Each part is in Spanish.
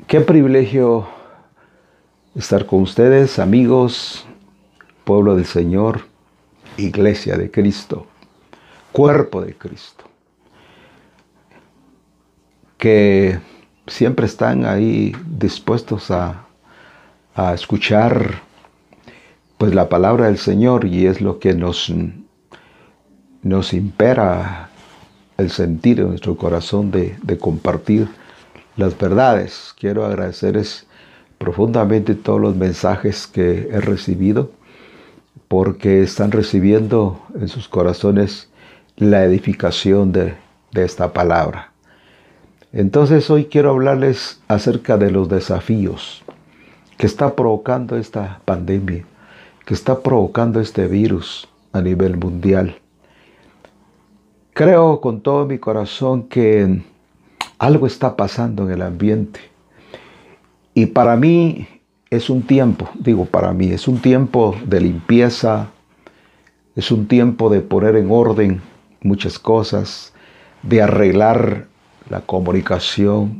Qué privilegio estar con ustedes, amigos, pueblo del Señor, iglesia de Cristo, cuerpo de Cristo, que siempre están ahí dispuestos a escuchar pues la palabra del Señor, y es lo que nos impera el sentir en nuestro corazón de compartir las verdades. Quiero agradecerles profundamente todos los mensajes que he recibido, porque están recibiendo en sus corazones la edificación de esta palabra. Entonces hoy quiero hablarles acerca de los desafíos que está provocando esta pandemia, que está provocando este virus a nivel mundial. Creo con todo mi corazón que algo está pasando en el ambiente. Y para mí es un tiempo, es un tiempo de limpieza, es un tiempo de poner en orden muchas cosas, de arreglar la comunicación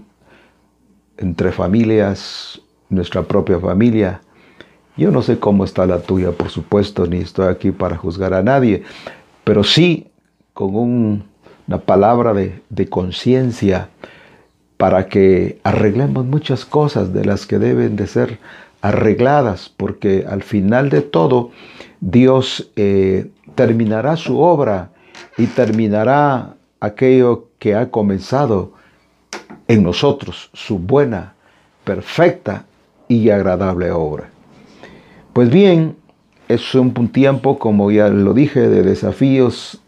entre familias, nuestra propia familia. Yo no sé cómo está la tuya, por supuesto, ni estoy aquí para juzgar a nadie, pero sí con una palabra de conciencia para que arreglemos muchas cosas de las que deben de ser arregladas, porque al final de todo Dios terminará su obra y terminará aquello que ha comenzado en nosotros, su buena, perfecta y agradable obra. Pues bien, es un tiempo, como ya lo dije, de desafíos,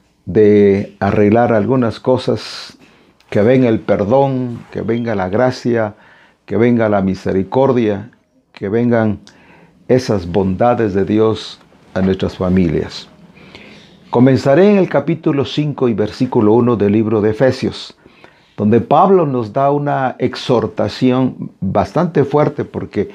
de arreglar algunas cosas, que venga el perdón, que venga la gracia, que venga la misericordia, que vengan esas bondades de Dios a nuestras familias. Comenzaré en el capítulo 5 y versículo 1 del libro de Efesios, donde Pablo nos da una exhortación bastante fuerte, porque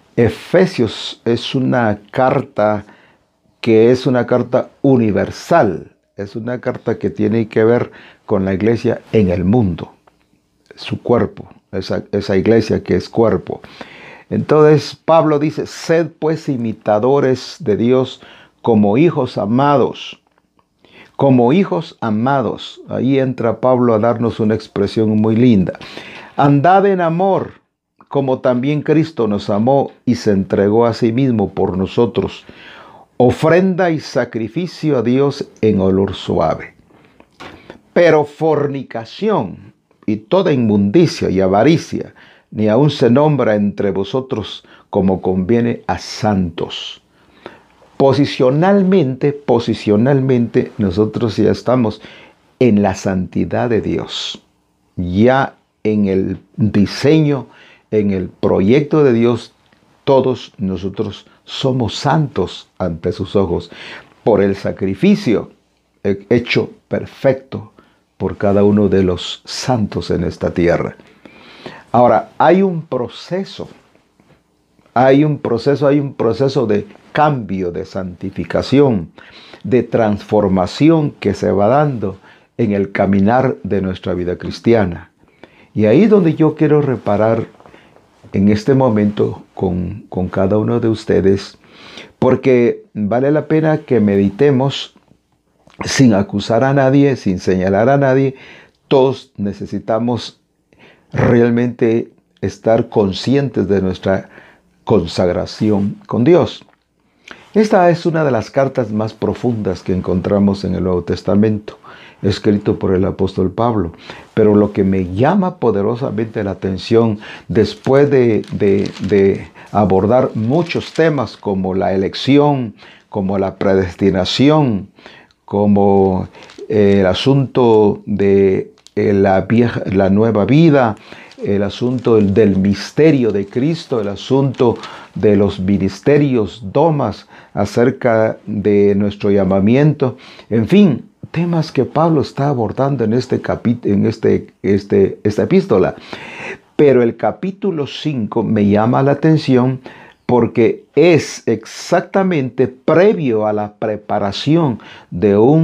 Efesios es una carta que es una carta universal. Es una carta que tiene que ver con la iglesia en el mundo, su cuerpo, esa iglesia que es cuerpo. Entonces Pablo dice: sed pues imitadores de Dios como hijos amados. Como hijos amados. Ahí entra Pablo a darnos una expresión muy linda. Andad en amor, como también Cristo nos amó y se entregó a sí mismo por nosotros, ofrenda y sacrificio a Dios en olor suave. Pero fornicación y toda inmundicia y avaricia ni aun se nombra entre vosotros, como conviene a santos. Posicionalmente, nosotros ya estamos en la santidad de Dios. Ya en el diseño, en el proyecto de Dios, todos nosotros somos santos ante sus ojos por el sacrificio hecho perfecto por cada uno de los santos en esta tierra. Ahora, hay un proceso de cambio, de santificación, de transformación que se va dando en el caminar de nuestra vida cristiana. Y ahí es donde yo quiero reparar en este momento con cada uno de ustedes, porque vale la pena que meditemos sin acusar a nadie, sin señalar a nadie. Todos necesitamos realmente estar conscientes de nuestra consagración con Dios. Esta es una de las cartas más profundas que encontramos en el Nuevo Testamento, escrito por el apóstol Pablo. Pero lo que me llama poderosamente la atención, después de abordar muchos temas como la elección, como la predestinación, como el asunto de la nueva vida, el asunto del misterio de Cristo, el asunto de los ministerios, domas, acerca de nuestro llamamiento, en fin, temas que Pablo está abordando en esta epístola. Pero el capítulo 5 me llama la atención porque es exactamente previo a la preparación de un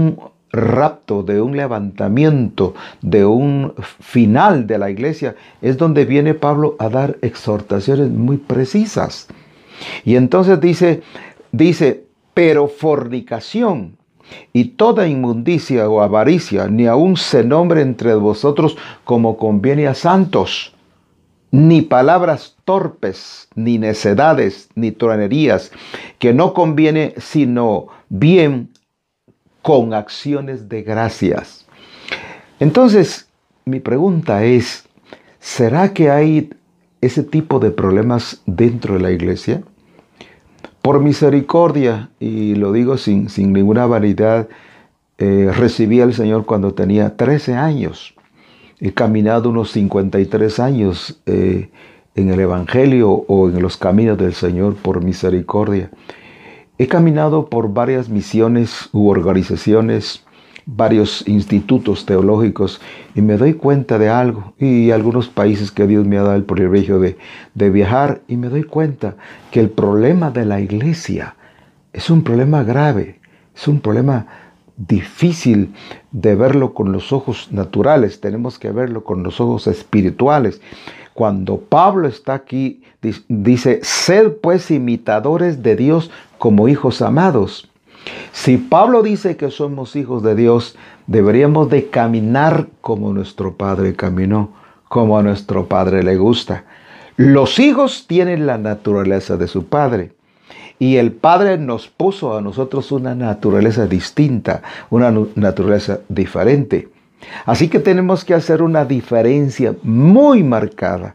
rapto, de un levantamiento, de un final de la iglesia, es donde viene Pablo a dar exhortaciones muy precisas. Y entonces dice, pero fornicación y toda inmundicia o avaricia, ni aun se nombre entre vosotros como conviene a santos, ni palabras torpes, ni necedades, ni truanerías, que no conviene sino bien con acciones de gracias. Entonces, mi pregunta es, ¿será que hay ese tipo de problemas dentro de la iglesia? Por misericordia, y lo digo sin ninguna vanidad, recibí al Señor cuando tenía 13 años. He caminado unos 53 años en el Evangelio o en los caminos del Señor por misericordia. He caminado por varias misiones u organizaciones, varios institutos teológicos, y me doy cuenta de algo, y algunos países que Dios me ha dado el privilegio de viajar, y me doy cuenta que el problema de la iglesia es un problema grave, es un problema difícil de verlo con los ojos naturales, tenemos que verlo con los ojos espirituales. Cuando Pablo está aquí, dice, sed pues imitadores de Dios como hijos amados. Si Pablo dice que somos hijos de Dios, deberíamos de caminar como nuestro Padre caminó, como a nuestro Padre le gusta. Los hijos tienen la naturaleza de su Padre. Y el Padre nos puso a nosotros una naturaleza distinta, una naturaleza diferente. Así que tenemos que hacer una diferencia muy marcada,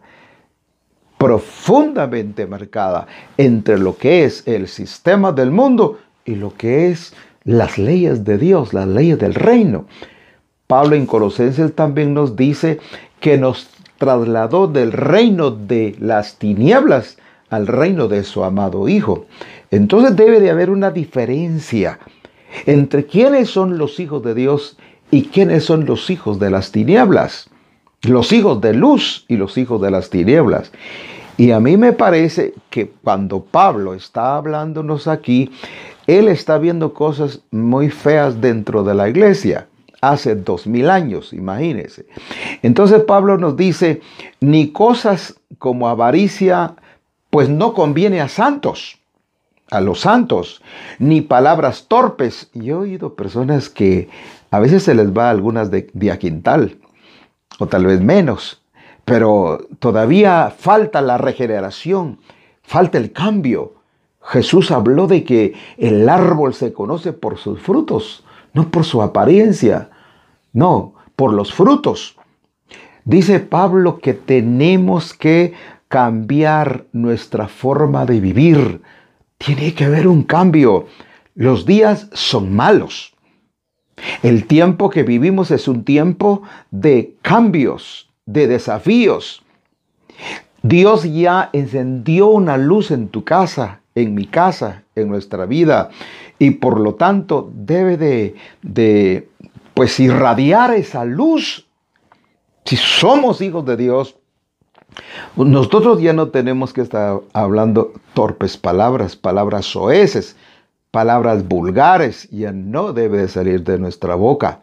profundamente marcada, entre lo que es el sistema del mundo y lo que es las leyes de Dios, las leyes del reino. Pablo en Colosenses también nos dice que nos trasladó del reino de las tinieblas al reino de su amado Hijo. Entonces debe de haber una diferencia entre quiénes son los hijos de Dios y quiénes son los hijos de las tinieblas, los hijos de luz y los hijos de las tinieblas. Y a mí me parece que cuando Pablo está hablándonos aquí, él está viendo cosas muy feas dentro de la iglesia. Hace 2000 años, imagínense. Entonces Pablo nos dice, ni cosas como avaricia, pues no conviene a santos, a los santos, ni palabras torpes. Yo he oído personas que a veces se les va algunas de a quintal, o tal vez menos, pero todavía falta la regeneración, falta el cambio. Jesús habló de que el árbol se conoce por sus frutos, no por su apariencia, no, por los frutos. Dice Pablo que tenemos que cambiar nuestra forma de vivir. Tiene que haber un cambio. Los días son malos. El tiempo que vivimos es un tiempo de cambios, de desafíos. Dios ya encendió una luz en tu casa, en mi casa, en nuestra vida, y por lo tanto debe de irradiar esa luz. Si somos hijos de Dios, nosotros ya no tenemos que estar hablando torpes palabras, palabras soeces, palabras vulgares, ya no debe de salir de nuestra boca.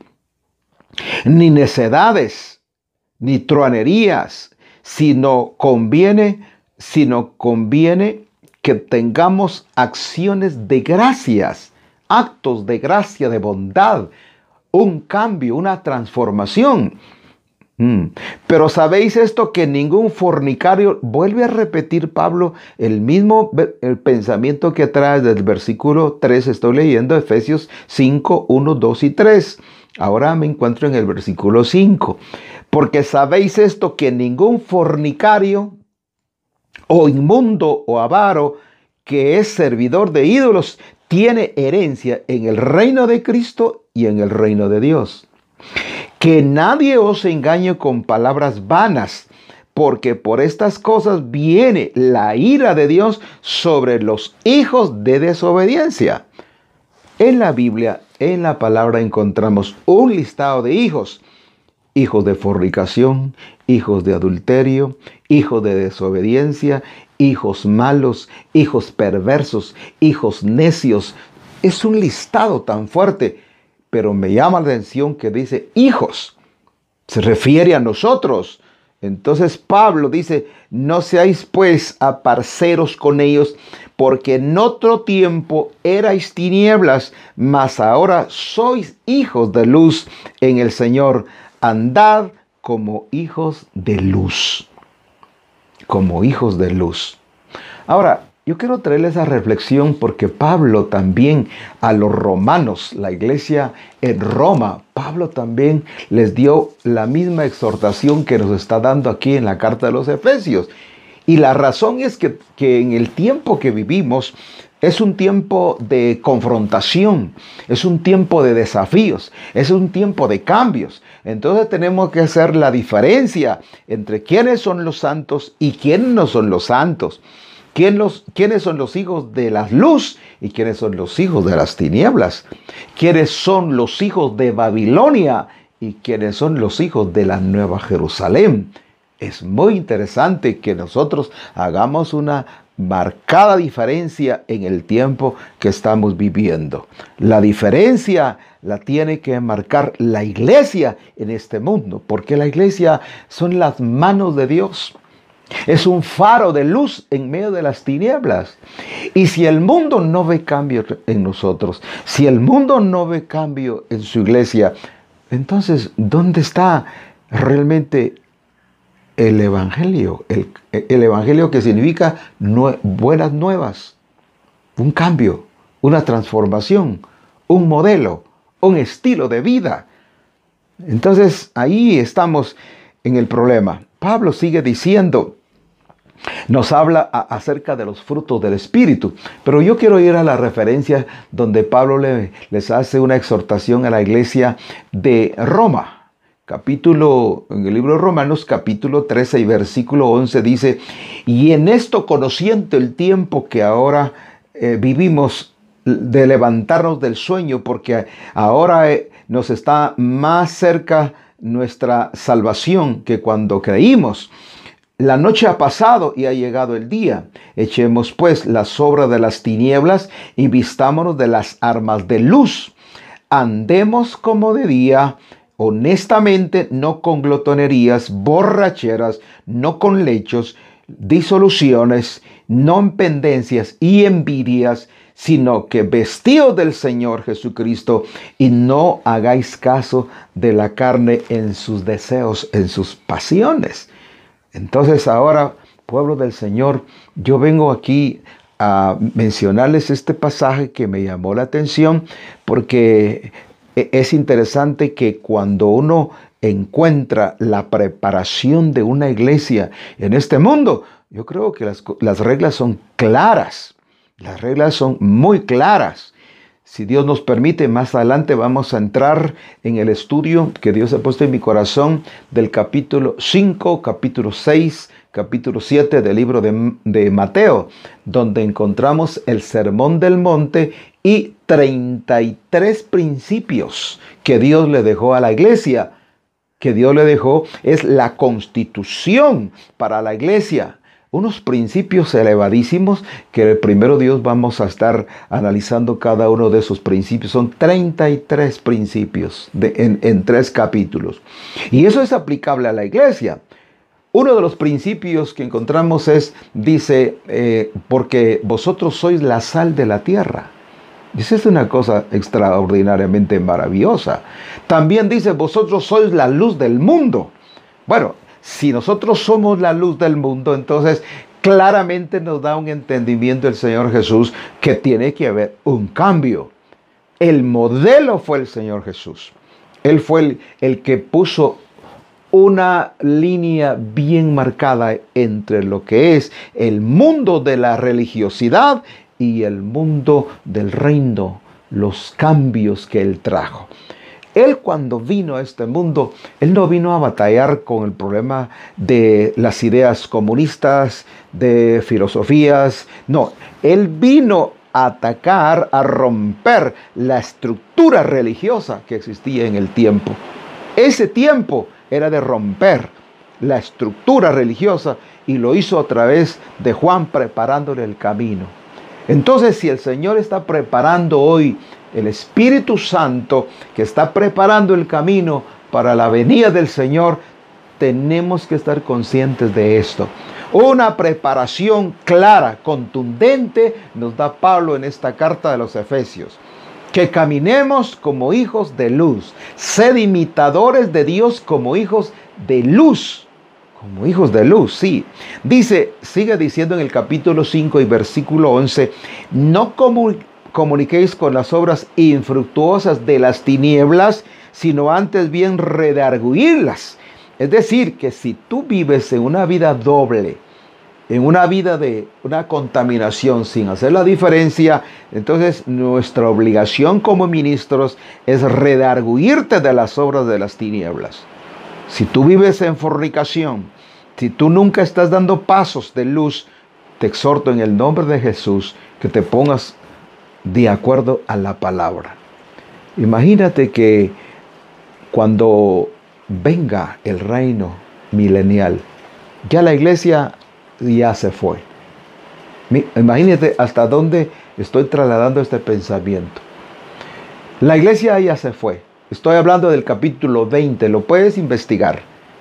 Ni necedades, ni truanerías, sino conviene que tengamos acciones de gracias, actos de gracia, de bondad, un cambio, una transformación. Pero sabéis esto, que ningún fornicario, vuelve a repetir Pablo el pensamiento que trae del versículo 3, estoy leyendo Efesios 5, 1, 2 y 3. Ahora me encuentro en el versículo 5. Porque sabéis esto, que ningún fornicario o inmundo o avaro que es servidor de ídolos tiene herencia en el reino de Cristo y en el reino de Dios. Que nadie os engañe con palabras vanas, porque por estas cosas viene la ira de Dios sobre los hijos de desobediencia. En la Biblia, en la palabra, encontramos un listado de hijos. Hijos de fornicación, hijos de adulterio, hijos de desobediencia, hijos malos, hijos perversos, hijos necios. Es un listado tan fuerte. pero me llama la atención que dice hijos. Se refiere a nosotros. Entonces Pablo dice, no seáis pues aparceros con ellos, porque en otro tiempo erais tinieblas, mas ahora sois hijos de luz en el Señor. Andad como hijos de luz. Como hijos de luz. Ahora, yo quiero traerle esa reflexión porque Pablo también a los romanos, la iglesia en Roma, Pablo también les dio la misma exhortación que nos está dando aquí en la carta de los Efesios. Y la razón es que en el tiempo que vivimos es un tiempo de confrontación, es un tiempo de desafíos, es un tiempo de cambios. Entonces tenemos que hacer la diferencia entre quiénes son los santos y quiénes no son los santos. ¿Quiénes son los hijos de la luz y quiénes son los hijos de las tinieblas? ¿Quiénes son los hijos de Babilonia y quiénes son los hijos de la Nueva Jerusalén? Es muy interesante que nosotros hagamos una marcada diferencia en el tiempo que estamos viviendo. La diferencia la tiene que marcar la iglesia en este mundo, porque la iglesia son las manos de Dios. Es un faro de luz en medio de las tinieblas. Y si el mundo no ve cambio en nosotros, si el mundo no ve cambio en su iglesia, entonces, ¿dónde está realmente el evangelio? El evangelio que significa buenas nuevas, un cambio, una transformación, un modelo, un estilo de vida. Entonces, ahí estamos en el problema. Pablo sigue diciendo, nos habla acerca de los frutos del Espíritu. Pero yo quiero ir a la referencia donde Pablo les hace una exhortación a la iglesia de Roma. En el libro de Romanos, capítulo 13 y versículo 11 dice, y en esto conociendo el tiempo que ahora vivimos, de levantarnos del sueño, porque ahora nos está más cerca nuestra salvación que cuando creímos. La noche ha pasado y ha llegado el día. Echemos pues la sobra de las tinieblas y vistámonos de las armas de luz. Andemos como de día, honestamente, no con glotonerías, borracheras, no con lechos, disoluciones, no en pendencias y envidias, sino que vestidos del Señor Jesucristo y no hagáis caso de la carne en sus deseos, en sus pasiones. Entonces ahora, pueblo del Señor, yo vengo aquí a mencionarles este pasaje que me llamó la atención porque es interesante que cuando uno encuentra la preparación de una iglesia en este mundo, yo creo que las reglas son claras, las reglas son muy claras. Si Dios nos permite, más adelante vamos a entrar en el estudio que Dios ha puesto en mi corazón del capítulo 5, capítulo 6, capítulo 7 del libro de Mateo, donde encontramos el Sermón del Monte y 33 principios que Dios le dejó a la iglesia. Que Dios le dejó es la constitución para la iglesia. Unos principios elevadísimos que primero Dios vamos a estar analizando cada uno de esos principios. Son 33 principios en 3 capítulos. Y eso es aplicable a la iglesia. Uno de los principios que encontramos dice, porque vosotros sois la sal de la tierra. Esa es una cosa extraordinariamente maravillosa. También dice, vosotros sois la luz del mundo. Bueno, si nosotros somos la luz del mundo, entonces claramente nos da un entendimiento el Señor Jesús que tiene que haber un cambio. El modelo fue el Señor Jesús. Él fue el que puso una línea bien marcada entre lo que es el mundo de la religiosidad y el mundo del reino, los cambios que Él trajo. Él cuando vino a este mundo, Él no vino a batallar con el problema de las ideas comunistas, de filosofías. No, Él vino a atacar, a romper la estructura religiosa que existía en el tiempo. Ese tiempo era de romper la estructura religiosa y lo hizo a través de Juan preparándole el camino. Entonces, si el Señor está preparando hoy el Espíritu Santo que está preparando el camino para la venida del Señor, tenemos que estar conscientes de esto. Una preparación clara, contundente, nos da Pablo en esta carta de los Efesios. Que caminemos como hijos de luz. Sed imitadores de Dios como hijos de luz. Como hijos de luz, sí. Sigue diciendo en el capítulo 5 y versículo 11, no comuniquéis con las obras infructuosas de las tinieblas, sino antes bien redarguirlas. Es decir, que si tú vives en una vida doble, en una vida de una contaminación sin hacer la diferencia, entonces nuestra obligación como ministros es redarguirte de las obras de las tinieblas. Si tú vives en fornicación, si tú nunca estás dando pasos de luz, te exhorto en el nombre de Jesús que te pongas de acuerdo a la palabra. Imagínate que cuando venga el reino milenial, ya la iglesia ya se fue. Imagínate hasta dónde estoy trasladando este pensamiento. La iglesia ya se fue. Estoy hablando del capítulo 20, lo puedes investigar.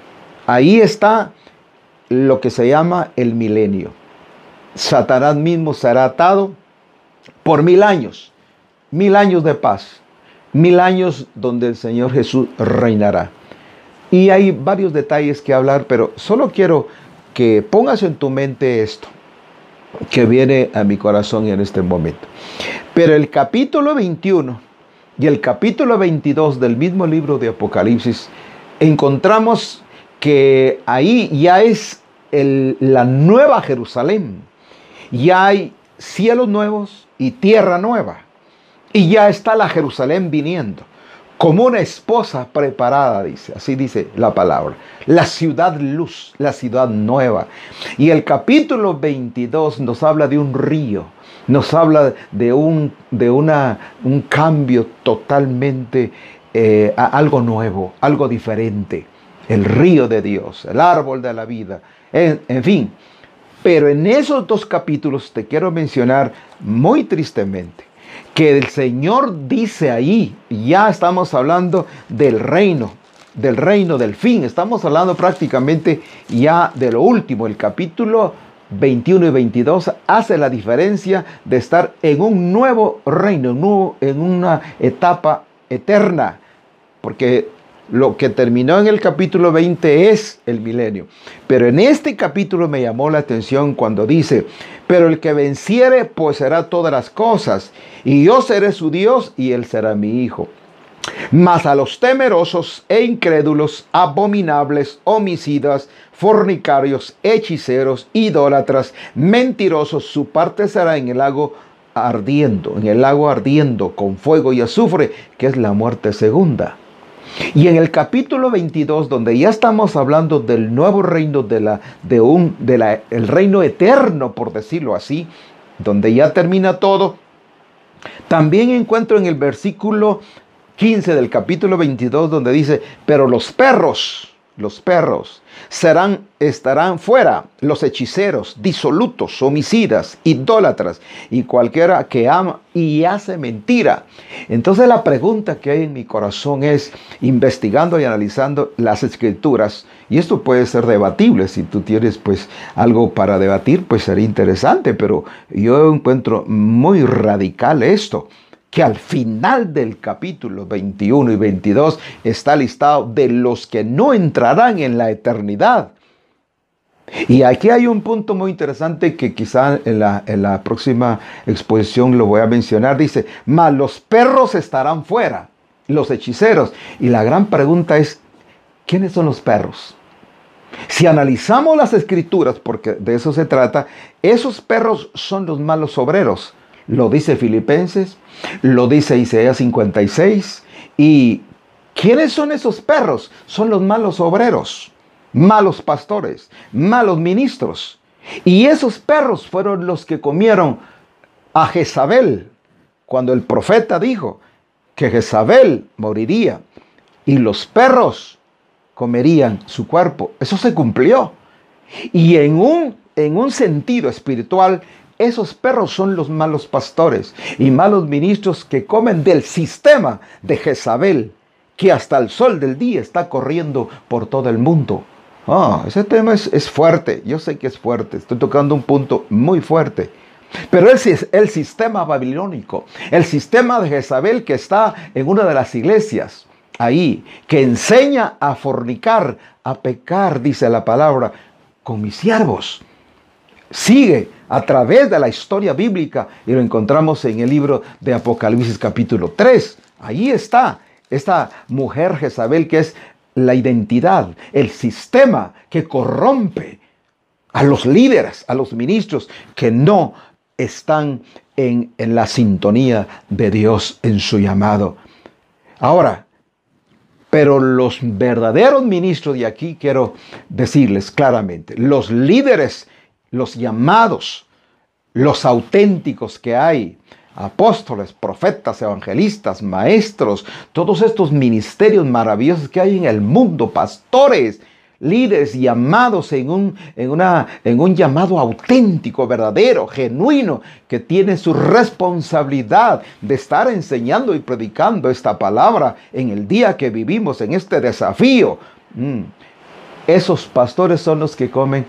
Ahí está lo que se llama el milenio. Satanás mismo será atado por 1000 años. 1000 años de paz. 1000 años donde el Señor Jesús reinará. Y hay varios detalles que hablar, pero solo quiero que pongas en tu mente esto que viene a mi corazón en este momento. Pero el capítulo 21 y el capítulo 22 del mismo libro de Apocalipsis, encontramos que ahí ya es la nueva Jerusalén. Ya hay cielos nuevos y tierra nueva. Y ya está la Jerusalén viniendo. Como una esposa preparada, dice, así dice la palabra. La ciudad luz, la ciudad nueva. Y el capítulo 22 nos habla de un río. Nos habla de un cambio totalmente, algo nuevo, algo diferente. El río de Dios, el árbol de la vida, en fin. Pero en esos 2 capítulos te quiero mencionar muy tristemente que el Señor dice ahí, ya estamos hablando del reino del fin. Estamos hablando prácticamente ya de lo último. El capítulo 21 y 22 hace la diferencia de estar en un nuevo reino, en una etapa eterna, porque lo que terminó en el capítulo 20 es el milenio. Pero en este capítulo me llamó la atención cuando dice, pero el que venciere poseerá todas las cosas, y yo seré su Dios y él será mi hijo. Mas a los temerosos e incrédulos, abominables, homicidas, fornicarios, hechiceros, idólatras, mentirosos, su parte será en el lago ardiendo con fuego y azufre, que es la muerte segunda. Y en el capítulo 22, donde ya estamos hablando del nuevo reino, el reino eterno, por decirlo así, donde ya termina todo, también encuentro en el versículo 15 del capítulo 22, donde dice, pero los perros estarán fuera, los hechiceros, disolutos, homicidas, idólatras y cualquiera que ama y hace mentira. Entonces la pregunta que hay en mi corazón es, investigando y analizando las escrituras, y esto puede ser debatible, si tú tienes pues algo para debatir, pues sería interesante, pero yo encuentro muy radical esto, que al final del capítulo 21 y 22 está listado de los que no entrarán en la eternidad. Y aquí hay un punto muy interesante que quizá en la próxima exposición lo voy a mencionar. Dice, mas los perros estarán fuera, los hechiceros. Y la gran pregunta es, ¿quiénes son los perros? Si analizamos las escrituras, porque de eso se trata, esos perros son los malos obreros. Lo dice Filipenses, lo dice Isaías 56. ¿Y quiénes son esos perros? Son los malos obreros, malos pastores, malos ministros. Y esos perros fueron los que comieron a Jezabel, cuando el profeta dijo que Jezabel moriría y los perros comerían su cuerpo. Eso se cumplió. Y en un sentido espiritual, Esos perros son los malos pastores y malos ministros que comen del sistema de Jezabel, que hasta el sol del día está corriendo por todo el mundo. Ese tema es fuerte. Yo sé que es fuerte. Estoy tocando un punto muy fuerte. Pero el sistema babilónico, el sistema de Jezabel que está en una de las iglesias ahí, que enseña a fornicar, a pecar, dice la palabra, con mis siervos. Sigue a través de la historia bíblica y lo encontramos en el libro de Apocalipsis capítulo 3. Ahí está esta mujer Jezabel, que es la identidad, el sistema que corrompe a los líderes, a los ministros que no están en la sintonía de Dios en su llamado. Ahora, pero los verdaderos ministros, de aquí quiero decirles claramente, los líderes, los llamados, los auténticos que hay, apóstoles, profetas, evangelistas, maestros, todos estos ministerios maravillosos que hay en el mundo, pastores, líderes llamados en un llamado auténtico, verdadero, genuino, que tiene su responsabilidad de estar enseñando y predicando esta palabra en el día que vivimos, en este desafío. Esos pastores son los que comen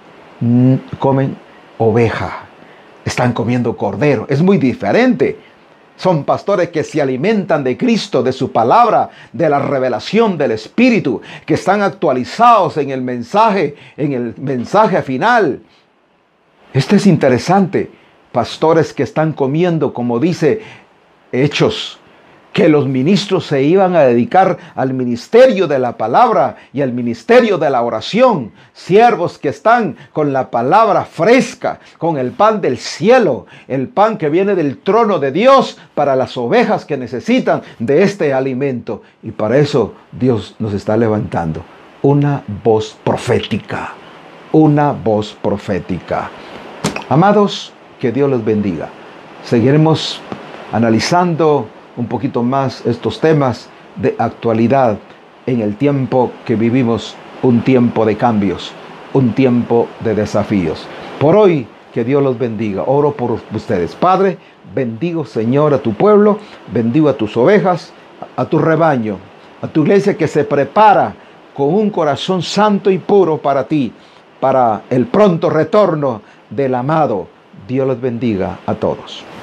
oveja, están comiendo cordero. Es muy diferente. Son pastores que se alimentan de Cristo, de su palabra, de la revelación del Espíritu, que están actualizados en el mensaje final. Esto es interesante. Pastores que están comiendo, como dice Hechos, que los ministros se iban a dedicar al ministerio de la palabra y al ministerio de la oración. Siervos que están con la palabra fresca, con el pan del cielo, el pan que viene del trono de Dios para las ovejas que necesitan de este alimento. Y para eso Dios nos está levantando una voz profética, una voz profética. Amados, que Dios los bendiga. Seguiremos analizando un poquito más estos temas de actualidad en el tiempo que vivimos, un tiempo de cambios, un tiempo de desafíos. Por hoy, que Dios los bendiga. Oro por ustedes. Padre, bendigo, Señor, a tu pueblo, bendigo a tus ovejas, a tu rebaño, a tu iglesia que se prepara con un corazón santo y puro para ti, para el pronto retorno del amado. Dios los bendiga a todos.